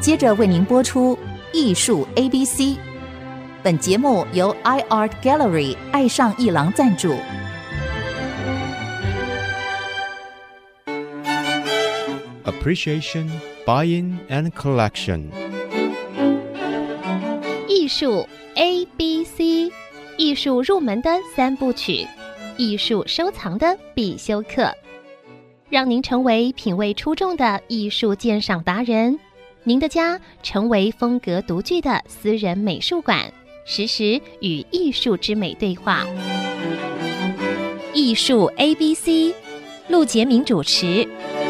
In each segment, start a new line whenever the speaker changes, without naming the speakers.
接着为您播出艺术 ABC。 本节目由 iArt Gallery 爱上一郎赞助。
Appreciation, Buying and Collection。
艺术 ABC， 艺术入门的三部曲，艺术收藏的必修课，让您成为品味出众的艺术鉴赏达人，您的家成为风格独具的私人美术馆，时时与艺术之美对话。艺术 ABC， 陆杰明主持。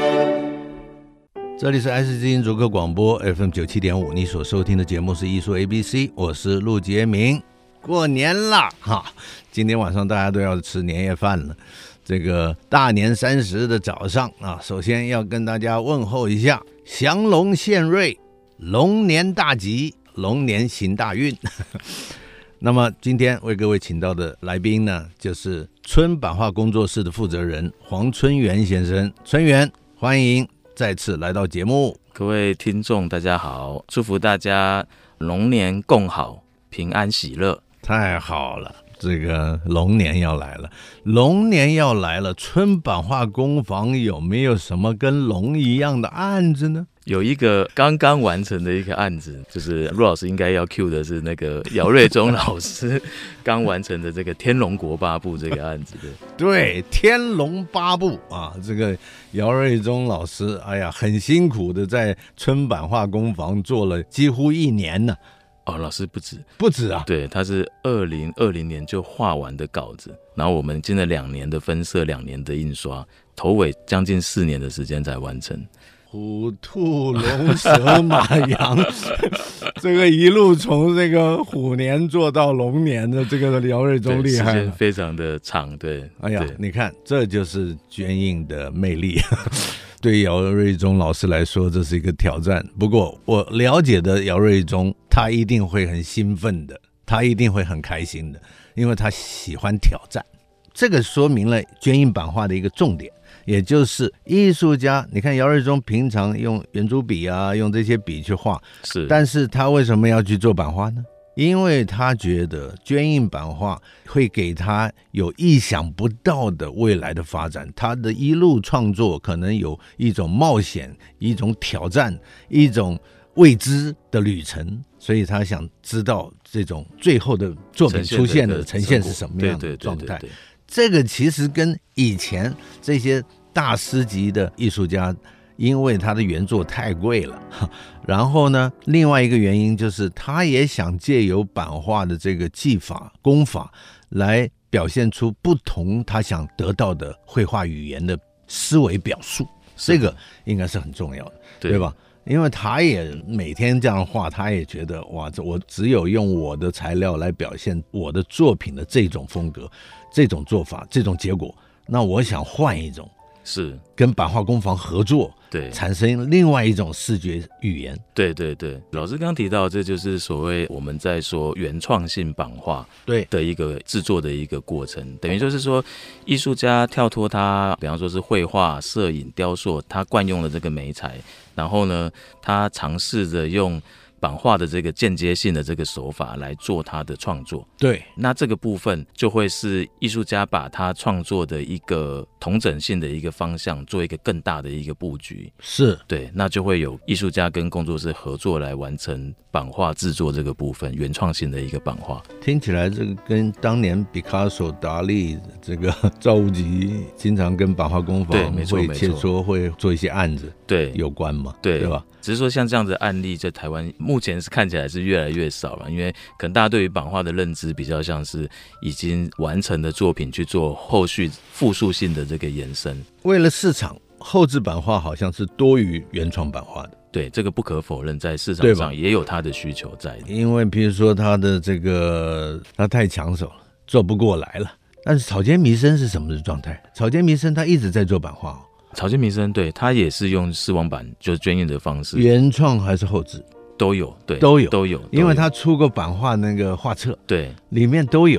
这里是爱思之音逐客广播 FM 97.5， 你所收听的节目是艺术 ABC， 我是陆杰明。过年了哈，今天晚上大家都要吃年夜饭了。这个大年30的早上啊，首先要跟大家问候一下，祥龙献瑞，龙年大吉，龙年行大运。那么今天为各位请到的来宾呢，就是春版画工作室的负责人黄春元先生。春元，欢迎再次来到节目。
各位听众大家好，祝福大家龙年共好，平安喜乐。
太好了，这个龙年要来了，龙年要来了，春版画工坊有没有什么跟龙一样的案子呢？
有一个刚刚完成的一个案子，就是陆老师应该要 cue 的是那个姚瑞忠老师刚完成的这个天龙国8部这个案子。
对，天龙8部啊，这个姚瑞忠老师，哎呀，很辛苦的在春版画工坊做了几乎1年呢。
哦，老师不止啊，对，他是2020年就画完的稿子，然后我们经了2年的分色，2年的印刷，头尾将近4年的时间才完成。
虎兔龙蛇马羊这个一路从这个虎年做到龙年的这个姚瑞忠厉害了，
时间非常的长。对，
哎呀，你看这就是捐印的魅力。对姚瑞忠老师来说这是一个挑战，不过我了解的姚瑞忠他一定会很兴奋的，他一定会很开心的，因为他喜欢挑战。这个说明了捐印版画的一个重点，也就是艺术家，你看姚瑞忠平常用圆珠笔啊，用这些笔去画，
是，
但是他为什么要去做版画呢？因为他觉得捐印版画会给他有意想不到的未来的发展，他的一路创作可能有一种冒险，一种挑战，一种未知的旅程，所以他想知道这种最后的作品出现的呈现是什么样的状态。这个其实跟以前这些大师级的艺术家，因为他的原作太贵了，然后呢，另外一个原因就是他也想借由版画的这个技法功法来表现出不同他想得到的绘画语言的思维表述，这个应该是很重要的， 对吧？因为他也每天这样画，他也觉得哇，我只有用我的材料来表现我的作品的这种风格，这种做法，这种结果，那我想换一种，
是
跟版画工坊合作，
对，
产生另外一种视觉语言。
对对对，老师刚提到，这就是所谓我们在说原创性版画的一个制作的一个过程，等于就是说艺术家跳脱他，比方说是绘画、摄影、雕塑，他惯用的这个媒材，然后呢，他尝试着用版画的这个间接性的这个手法来做他的创作。对，那这个部分就会是艺术家把他创作的一个统整性的一个方向做一个更大的一个布局。是，对，那就会有艺术家跟工作室合作来完成版画制作这个部分，原创性的一个版画。听起来这个跟当年毕卡索、达利、这个赵无极经常跟版画工坊会切磋，会做一些案子，对，有关嘛？对吧？只是说像这样的案例在台湾目前是看起来是越来越少了，因为可能大家对于版画的认知比较像是已经完成的作品去做后续复述性的这个延伸。为了市场，后制版画好像是多于原创版画的。对，这个不可否认，在市场上也有它的需求在的。因为比如说他的这个他太抢手了，做不过来了。但是草间弥生是什么的状态？草间弥生他一直在做版画。草间弥生对他也是用视网版就是捐印的方式，原创还是后制都有，对，都有，因为他出过版画那个画册，对，里面都有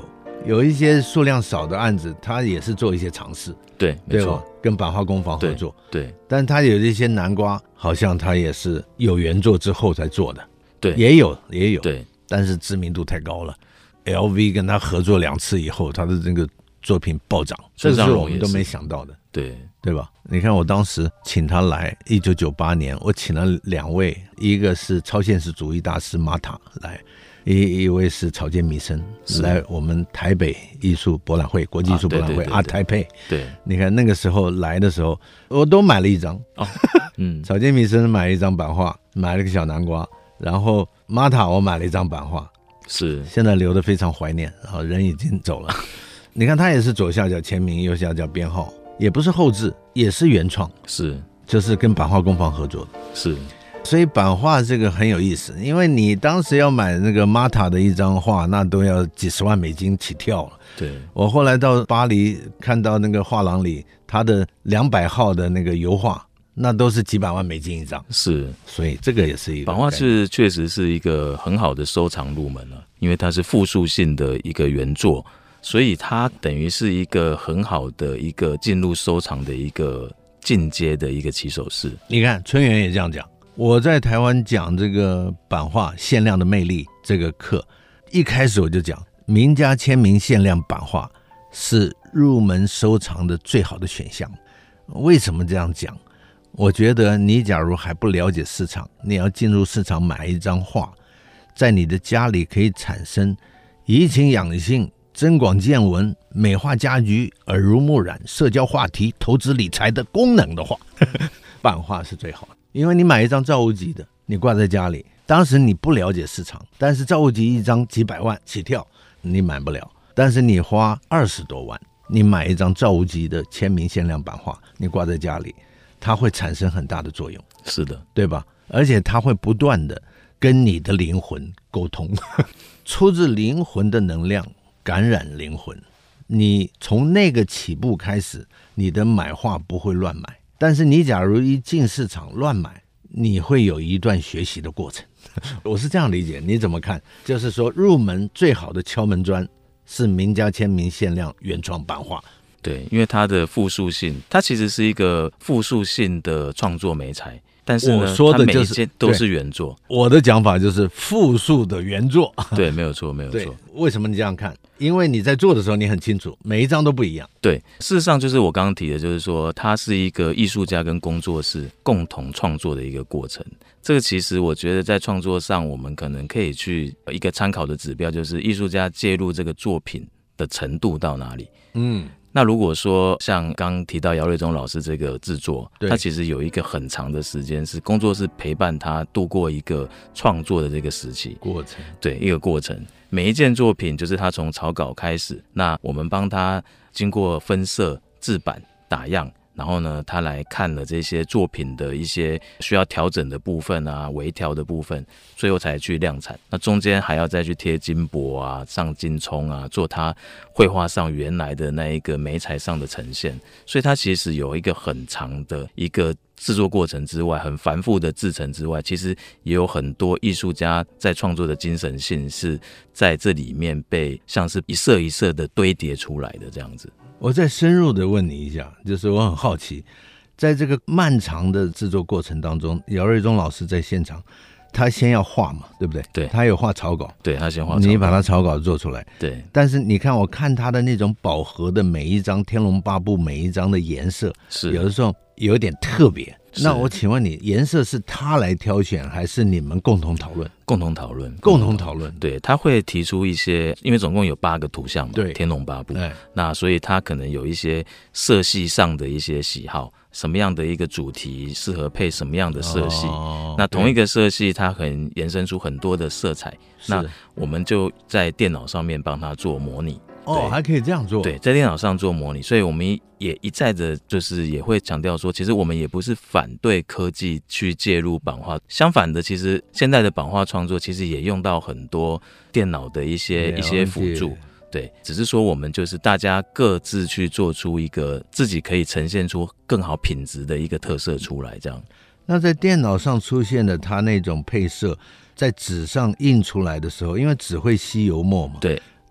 有一些数量少的案子，他也是做一些尝试，
对，没错，
跟版画工坊合作，
对，
但他有一些南瓜，好像他也是有原作之后才做的，
对，
也有，
对，
但是知名度太高了。LV 跟他合作2次以后，他的这个作品暴涨，这是我们都没想到的，对吧？你看我当时请他来，1998年，我请了2位，一个是超现实主义大师马塔来，一位是草间弥生来我们台北艺术博览会、国际艺术博览会Art Taipei。对，你看那个时候来的时候，我都买了一张。草间弥生买了一张版画，买了个小南瓜，然后马塔我买了一张版画，是现在留得非常怀念，然后人已经走了。你看他也是左下角签名，右下角编号，也不是后制，也是原创，是就是跟版画工坊合作的，是。所以版画这个很有意思，因为你当时要买那个 Mata 的一张画，那都要几十万美金起跳了。对，我后来到巴黎看到那个画廊里，他的200号的那个油画，那都是几百万美金一张。是，所以这个也是一个
版画是确实是一个很好的收藏入门了，因为它是复数性的一个原作，所以它等于是一个很好的一个进入收藏的一个进阶的一个起手式。
你看春元也这样讲。我在台湾讲这个版画限量的魅力这个课，一开始我就讲名家签名限量版画是入门收藏的最好的选项。为什么这样讲？我觉得你假如还不了解市场，你要进入市场买一张画，在你的家里可以产生怡情养性、增广见闻、美化家居、耳濡目染、社交话题、投资理财的功能的话，版画是最好的。因为你买一张赵无极的，你挂在家里，当时你不了解市场，但是赵无极一张几百万起跳，你买不了。但是你花20多万，你买一张赵无极的签名限量版画，你挂在家里，它会产生很大的作用。是的，对吧？而且它会不断的跟你的灵魂沟通，出自灵魂的能量感染灵魂。你从那个起步开始，你的买画不会乱买。但是你假如一进市场乱买，你会有一段学习的过程。我是这样理解，你怎么看？就是说入门最好的敲门砖是名家签名限量原创版画。
对，因为它的复数性，它其实是一个复数性的创作媒材，但是呢，
我说的就是
它每一件都是原作。
我的讲法就是复数的原作。
对，没有错，没有错。
为什么你这样看？因为你在做的时候你很清楚，每一张都不一样。
对，事实上就是我刚刚提的，就是说它是一个艺术家跟工作室共同创作的一个过程。这个其实我觉得在创作上，我们可能可以去一个参考的指标，就是艺术家介入这个作品的程度到哪里。那如果说像刚刚提到姚瑞忠老师这个制作，他其实有一个很长的时间是工作室陪伴他度过一个创作的这个时期
过程，
对，一个过程。每一件作品就是他从草稿开始，那我们帮他经过分色、制版、打样，然后呢，他来看了这些作品的一些需要调整的部分啊、微调的部分，最后才去量产。那中间还要再去贴金箔啊、上金葱啊，做他绘画上原来的那一个媒材上的呈现。所以他其实有一个很长的一个制作过程之外，很繁复的制程之外，其实也有很多艺术家在创作的精神性是在这里面被像是一色一色的堆叠出来的这样子。
我再深入的问你一下，就是我很好奇，在这个漫长的制作过程当中，姚瑞忠老师在现场，他先要画嘛，对不对？
对，
他有画草稿，
对，他先画草稿，
你把他草稿做出来，
对。
但是你看，我看他的那种饱和的每一张《天龙八部》每一张的颜色，是有的时候有点特别。那我请问你，颜色是他来挑选，还是你们共同讨论？
共同讨论，
共同讨论。
对，他会提出一些，因为总共有8个图像嘛，
对，
天龙八部。那所以他可能有一些色系上的一些喜好，什么样的一个主题适合配什么样的色系。那同一个色系，它可能延伸出很多的色彩。那我们就在电脑上面帮他做模拟。
还可以这样做。
对，在电脑上做模拟，所以我们也一再的，就是也会强调说，其实我们也不是反对科技去介入版画，相反的，其实现在的版画创作其实也用到很多电脑的一些辅助。对，只是说我们就是大家各自去做出一个自己可以呈现出更好品质的一个特色出来，这样。
那在电脑上出现的它那种配色，在纸上印出来的时候，因为纸会吸油墨嘛，
对。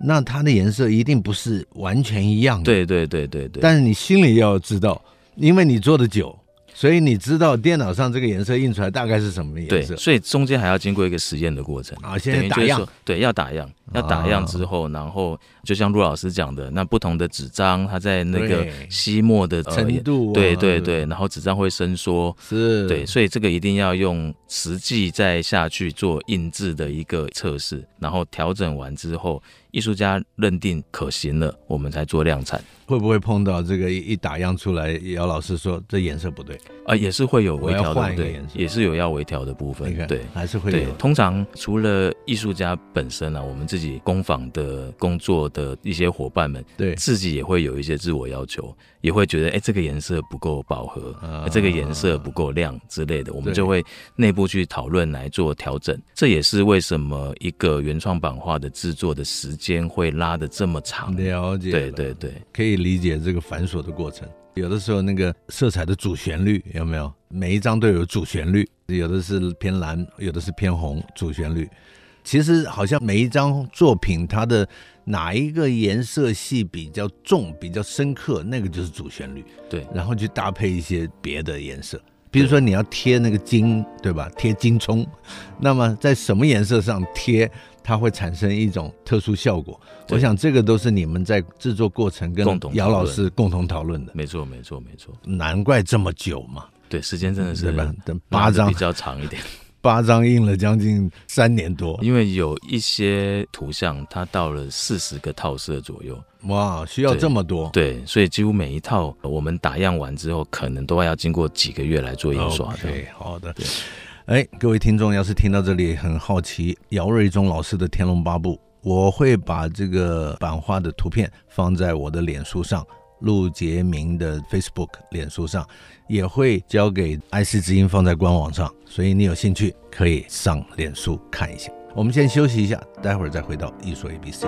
那它的颜色一定不是完全一样的。
对对对对对。
但是你心里要知道，因为你做的久，所以你知道电脑上这个颜色印出来大概是什么颜色。
对，所以中间还要经过一个实验的过程
啊。现在打样，
对，要打样，要打样之后，然后就像陆老师讲的，那不同的纸张，它在那个吸墨的
程度，
对对对，然后纸张会伸缩，
是，
对，所以这个一定要用实际再下去做印制的一个测试，然后调整完之后，艺术家认定可行了，我们才做量产。
会不会碰到这个一打样出来，姚老师说这颜色不对
也是会有微调的，
对，
也是有要微调的部分，对，
还是会有。
对，通常除了艺术家本身我们自己工坊的工作的一些伙伴们，对，自己也会有一些自我要求，也会觉得这个颜色不够饱和，这个颜色不够亮之类的，我们就会内部去讨论来做调整。这也是为什么一个原创版画的制作的时间会拉得这么长。
了解，
对对对，
可以理解这个繁琐的过程。有的时候那个色彩的主旋律有没有？每一张都有主旋律，有的是偏蓝，有的是偏红，主旋律。其实好像每一张作品它的哪一个颜色系比较重比较深刻，那个就是主旋律。
对，
然后去搭配一些别的颜色，比如说你要贴那个金，对吧？贴金葱，那么在什么颜色上贴它会产生一种特殊效果。我想这个都是你们在制作过程跟姚老师共同讨论的。
没错没错没错，
难怪这么久嘛。
对，时间真的是
8张
比较长一点
，8张印了将近3年多。
因为有一些图像它到了40个套色左右。
哇，需要这么多。
对，所以几乎每一套我们打样完之后可能都要经过几个月来做印刷的。
对，好的。各位听众要是听到这里很好奇姚瑞忠老师的天龙八部，我会把这个版画的图片放在我的脸书上，陆杰明的 Facebook 脸书上，也会交给 IC 之音放在官网上，所以你有兴趣可以上脸书看一下。我们先休息一下，待会儿再回到艺术 ABC。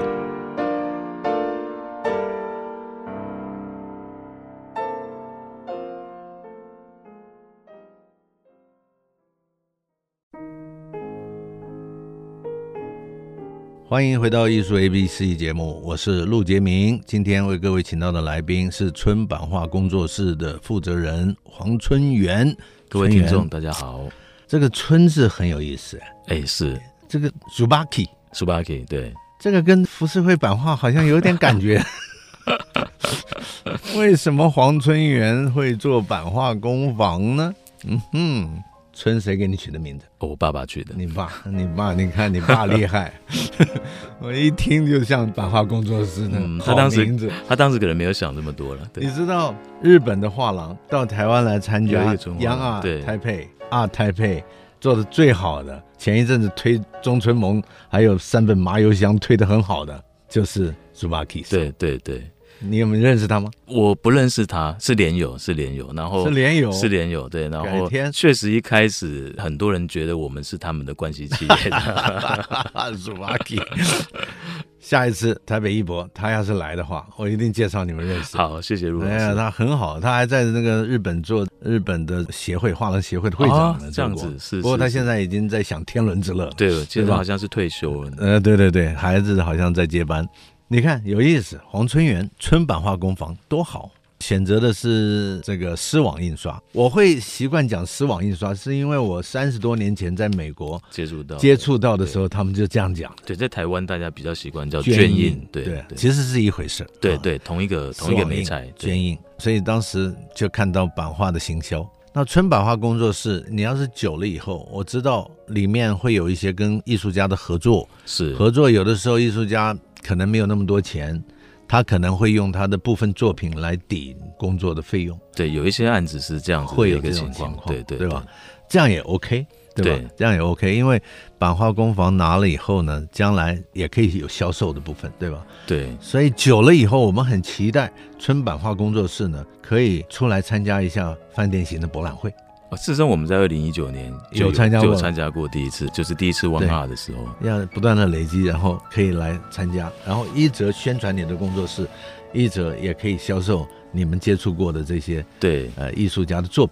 欢迎回到艺术 ABC 节目，我是陆杰明。今天为各位请到的来宾是春版画工作室的负责人黄春元。
各位听众大家好。
这个春字很有意思。
是
这个 Tsubaki，
对，
这个跟浮世绘版画好像有点感觉。为什么黄春元会做版画工坊呢？春谁给你取的名字？
我爸爸取的。
你爸，你看你爸厉害。我一听就像版画工作室的好名字。
他当时可能没有想这么多了。
你知道日本的画廊到台湾来参加央亚台北做的最好的，前一阵子推中村萌还有山本麻油香推的很好的就是 Tsubaki。
对对对，
你有没有认识他吗？
我不认识他，是联友，然后是联友，对，然后确实一开始很多人觉得我们是他们的关系企业
Tsubaki。 下一次台北艺博他要是来的话，我一定介绍你们认识。
好，谢谢陆老师。
他很好，他还在那个日本做日本的画廊协会的会长呢。
这样子是。
不过他现在已经在享天伦之乐。
对，记得好像是退休了。
对，孩子好像在接班。你看有意思，黄春元春版画工坊多好，选择的是这个丝网印刷。我会习惯讲丝网印刷，是因为我30多年前在美国接触到的时候，他们就这样讲。
对，在台湾大家比较习惯叫絹印，对，
其实是一回事。
对，同一个媒材
絹印，所以当时就看到版画的行销。那春版画工作室，你要是久了以后，我知道里面会有一些跟艺术家的合作，有的时候艺术家可能没有那么多钱，他可能会用他的部分作品来抵工作的费用。
对，有一些案子是这样子的一个情况，
对吧？这样也 OK， 对吧？这样也 OK， 因为版画工坊拿了以后呢，将来也可以有销售的部分，对吧？
对，
所以久了以后，我们很期待春版画工作室呢，可以出来参加一下饭店型的博览会。
事实上我们在2019年有参加过第一次，就是第一次万画的时候，
要不断的累积，然后可以来参加，然后一则宣传你的工作室，一则也可以销售你们接触过的这些艺术家的作品。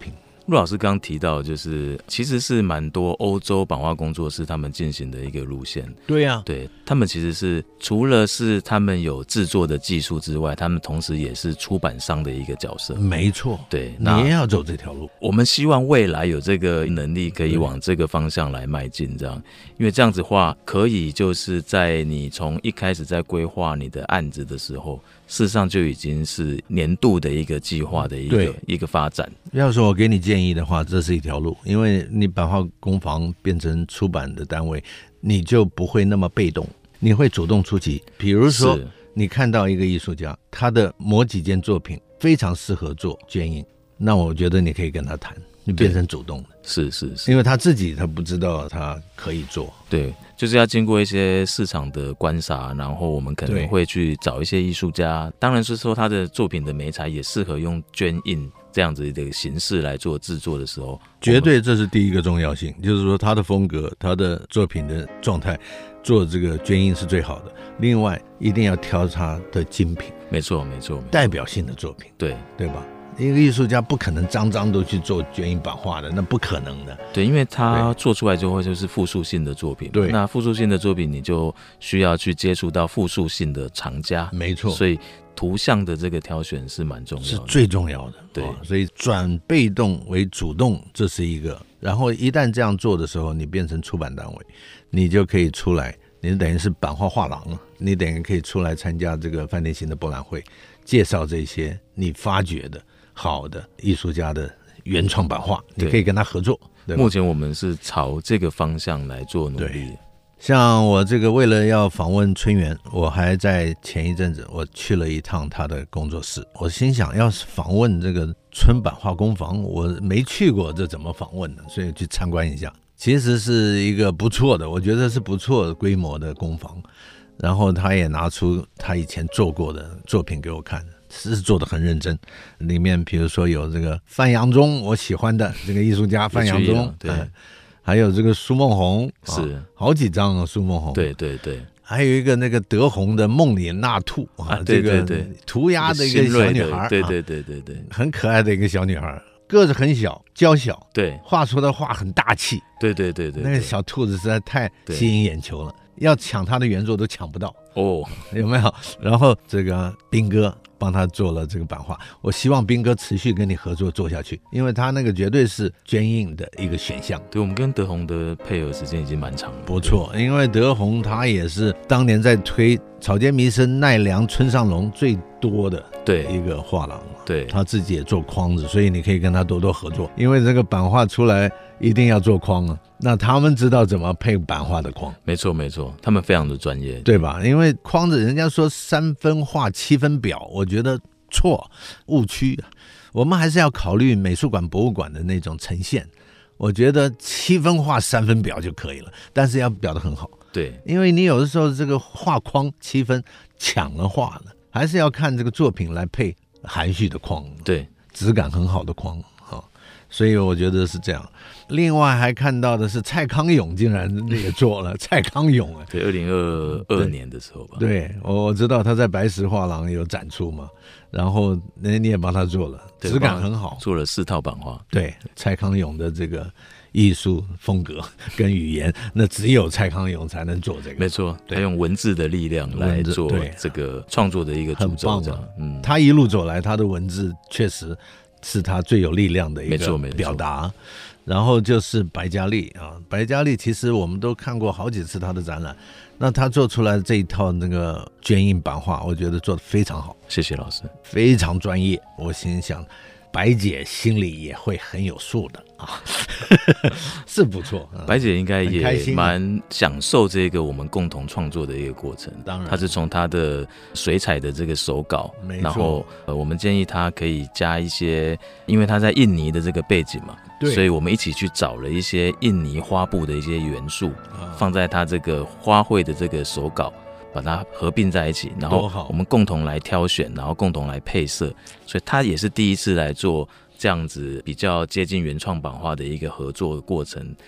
陆老师刚刚提到，就是其实是蛮多欧洲版画工作室他们进行的一个路线。
对啊，
对，他们其实是除了是他们有制作的技术之外，他们同时也是出版商的一个角色。
没错，
对，
你也要走这条路。
我们希望未来有这个能力可以往这个方向来迈进，这样，因为这样子的话，可以就是在你从一开始在规划你的案子的时候，事实上就已经是年度的一个计划的一个发展。
要是我给你建议的话，这是一条路，因为你版画工坊变成出版的单位，你就不会那么被动，你会主动出击。比如说你看到一个艺术家，他的某几件作品非常适合做捐印，那我觉得你可以跟他谈，你变成主动的。
是，
因为他自己他不知道他可以做。
对，就是要经过一些市场的观察，然后我们可能会去找一些艺术家，当然是说他的作品的媒材也适合用捐印这样子的形式来做制作的时候，
绝对这是第一个重要性，就是说他的风格，他的作品的状态，做这个捐印是最好的。另外一定要挑他的精品，
没错，
代表性的作品，对吧？一个艺术家不可能张都去做捐印版画的，那不可能的。
对，因为他做出来就会就是复数性的作品。对，那复数性的作品你就需要去接触到复数性的藏家。
没错，
所以图像的这个挑选是蛮重要的，
是最重要的。
对，
所以转被动为主动，这是一个。然后一旦这样做的时候，你变成出版单位，你就可以出来，你等于是版画画廊了，你等于可以出来参加这个饭店型的博览会，介绍这些你发掘的好的艺术家的原创版画，你可以跟他合作。
目前我们是朝这个方向来做努力。
像我这个为了要访问春元，我还在前一阵子我去了一趟他的工作室，我心想要是访问这个春版画工坊，我没去过，这怎么访问呢？所以去参观一下，其实是一个不错的，我觉得是不错的规模的工坊。然后他也拿出他以前做过的作品给我看，是做得很认真。里面比如说有这个范阳宗，我喜欢的这个艺术家范阳宗，对，还有这个苏梦红，
是
好几张啊，苏梦红，
对，
还有一个那个德宏的梦里纳兔这个涂鸦的一个小女孩，
对，
很可爱的一个小女孩，个子很小，娇小，
对，
画出的画很大气，
对，
那个小兔子实在太吸引眼球了，要抢他的原作都抢不到哦，有没有？然后这个斌哥帮他做了这个版画，我希望斌哥持续跟你合作做下去，因为他那个绝对是捐印的一个选项。
对，我们跟德宏的配合时间已经蛮长了，
不错，因为德宏他也是当年在推草间弥生、奈良、村上隆最多的一个画廊嘛，
对，
他自己也做框子，所以你可以跟他多多合作，因为这个版画出来一定要做框啊，那他们知道怎么配版画的框，
没错，他们非常的专业，
对吧？因为框子人家说3分画7分表，我觉得错，误区，我们还是要考虑美术馆、博物馆的那种呈现。我觉得7分画3分表就可以了，但是要表得很好。
对，
因为你有的时候这个画框7分抢了画了，还是要看这个作品来配含蓄的框，
对，
质感很好的框。所以我觉得是这样。另外还看到的是蔡康永竟然也做了，蔡康永
对，2022年的时候吧。
对，我知道他在白石画廊有展出嘛，然后你也帮他做了，质感很好，
做了4套版画。
对，蔡康永的这个艺术风格跟语言，那只有蔡康永才能做这个。
没错，他用文字的力量来做这个创作的一个主轴，这样。
他一路走来，他的文字确实是他最有力量的一个表达。然后就是白嘉莉啊，白嘉莉其实我们都看过好几次他的展览，那他做出来这一套那个捐印版画，我觉得做得非常好。
谢谢老师，
非常专业。我心想，白姐心里也会很有数的啊，是不错。
白姐应该也蛮享受这个我们共同创作的一个过程。
当然，
她是从她的水彩的这个手稿，然后我们建议她可以加一些，因为她在印尼的这个背景嘛，所以我们一起去找了一些印尼花布的一些元素，放在她这个花卉的这个手稿，把它合并在一起，然后我们共同来挑选，然后共同来配色，所以他也是第一次来做这样子比较接近原创版画的一个合作的过程。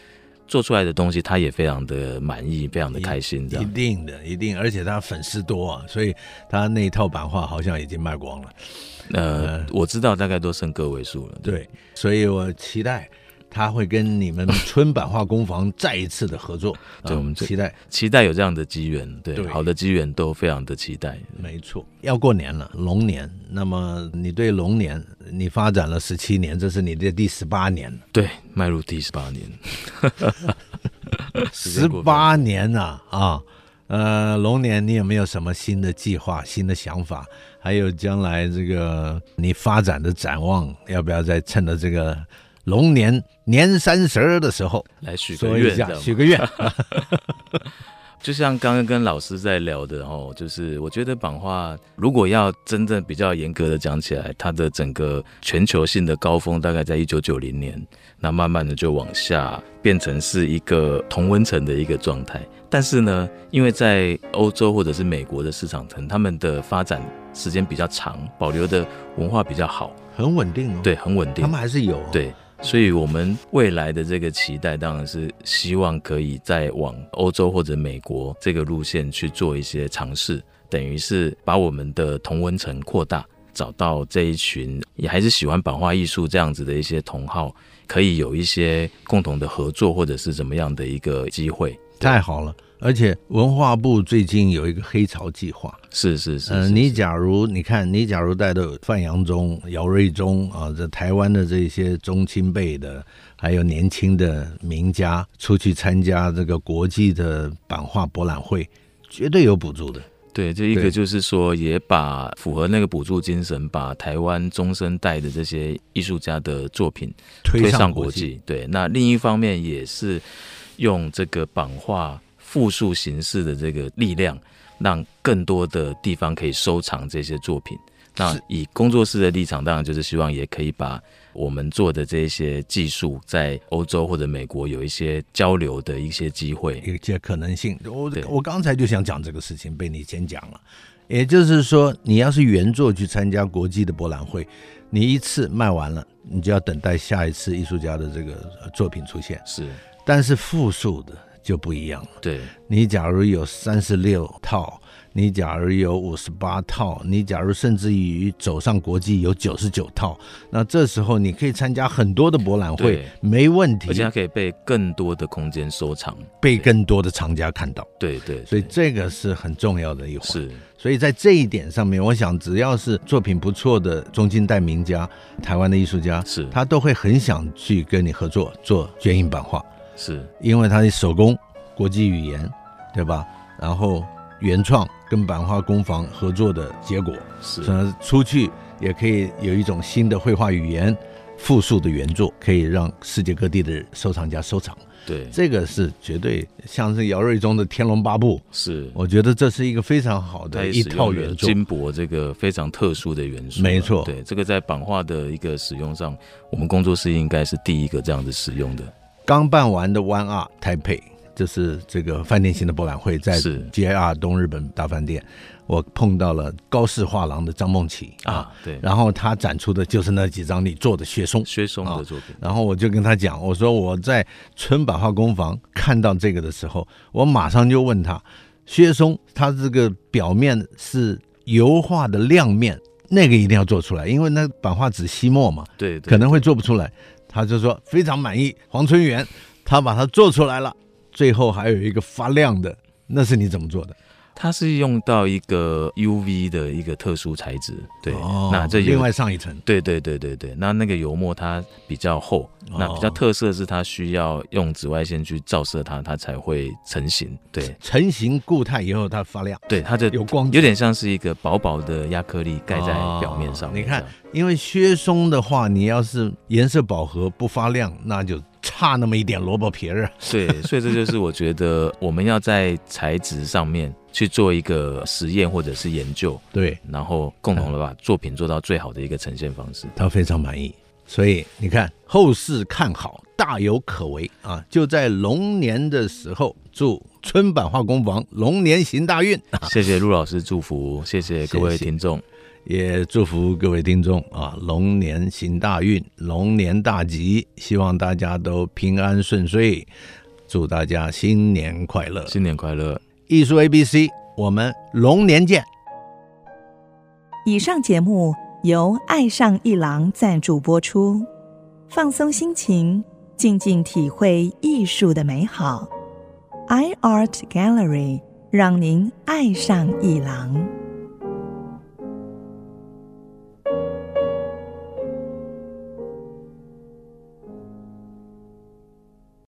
做出来的东西他也非常的满意，非常的开心这样。
一定的，一定，而且他粉丝多啊，所以他那一套版画好像已经卖光了。
我知道大概都剩个位数了。
对，所以我期待他会跟你们春版画工坊再一次的合作。
对，我们
期待
有这样的机缘，对，好的机缘都非常的期待。
没错，要过年了，龙年。那么你对龙年，你发展了17年，这是你的第18年了。
对，迈入第18年。
18年啊！龙年你有没有什么新的计划、新的想法？还有将来这个你发展的展望，要不要再趁着这个龙年年30的时候
来许个愿？
许个愿。
就像刚刚跟老师在聊的就是我觉得版画如果要真正比较严格的讲起来，它的整个全球性的高峰大概在1990年，那慢慢的就往下变成是一个同温层的一个状态。但是呢，因为在欧洲或者是美国的市场层，他们的发展时间比较长，保留的文化比较好，
很稳定哦。
对，很稳定，
他们还是有
对。所以我们未来的这个期待当然是希望可以再往欧洲或者美国这个路线去做一些尝试，等于是把我们的同温层扩大，找到这一群也还是喜欢版画艺术这样子的一些同好，可以有一些共同的合作或者是怎么样的一个机会。
太好了，而且文化部最近有一个黑潮计划，
是
你假如带着范扬宗、姚瑞忠啊，这台湾的这些中青辈的，还有年轻的名家出去参加这个国际的版画博览会，绝对有补助的。
对，这一个就是说，也把符合那个补助精神，把台湾中生代的这些艺术家的作品推上国际。对，那另一方面也是用这个版画复述形式的这个力量，让更多的地方可以收藏这些作品。那以工作室的立场，当然就是希望也可以把我们做的这些技术在欧洲或者美国有一些交流的一些机会，
一些可能性。我刚才就想讲这个事情，被你先讲了。也就是说，你要是原作去参加国际的博览会，你一次卖完了，你就要等待下一次艺术家的这个作品出现。
是，
但是复述的就不一样了。
对，
你假如有36套，你假如有58套，你假如甚至于走上国际有99套，那这时候你可以参加很多的博览会，没问题，
而且它可以被更多的空间收藏，
被更多的藏家看到。
对，
所以这个是很重要的一环。
是，
所以在这一点上面，我想只要是作品不错的中近代名家，台湾的艺术家，
是
他都会很想去跟你合作做卷印版画，
是因
为他的手工、国际语言，对吧？然后原创跟版画工坊合作的结果，
是
出去也可以有一种新的绘画语言，复述的原作，可以让世界各地的收藏家收藏。
对，
这个是绝对，像是姚瑞忠的《天龙八部》，
是我
觉得这是一个非常好的一套原作，
金箔这个非常特殊的元素。
没错，
对，这个在版画的一个使用上，我们工作室应该是第一个这样子使用的。
刚办完的 One Art Taipei，就是这个饭店型的博览会，在 JR 东日本大饭店，我碰到了高氏画廊的张梦琪
对，
然后他展出的就是那几张你做的薛松
的作品，
然后我就跟他讲，我说我在春版画工坊看到这个的时候，我马上就问他，薛松他这个表面是油画的亮面，那个一定要做出来，因为那版画纸吸墨嘛，
对，
可能会做不出来。他就说非常满意，黄春元他把它做出来了。最后还有一个发亮的，那是你怎么做的？
它是用到一个 UV 的一个特殊材质，对，那这
另外上一层，
对，那个油墨它比较厚，那比较特色是它需要用紫外线去照射它，它才会成型，对，
成型固态以后它发亮，
对，它就
有光，
有点像是一个薄薄的亚克力盖在表面上。
你看，因为薛松的话，你要是颜色饱和不发亮，那就差那么一点萝卜皮儿。
对，所以这就是我觉得我们要在材质上面去做一个实验或者是研究，
对，
然后共同的把作品做到最好的一个呈现方式。
他非常满意，所以你看后市看好，大有可为啊！就在龙年的时候，祝春版画工坊龙年行大运。
谢谢陆老师祝福，谢谢各位听众。
也祝福各位听众啊，龙年行大运，龙年大吉，希望大家都平安顺遂， 祝大家新年快乐，
新年快乐！
艺术 ABC， 我们龙年见。
以上节目由爱上一郎赞助播出，放松心情，静静体会艺术的美好。iArt Gallery 让您爱上一郎。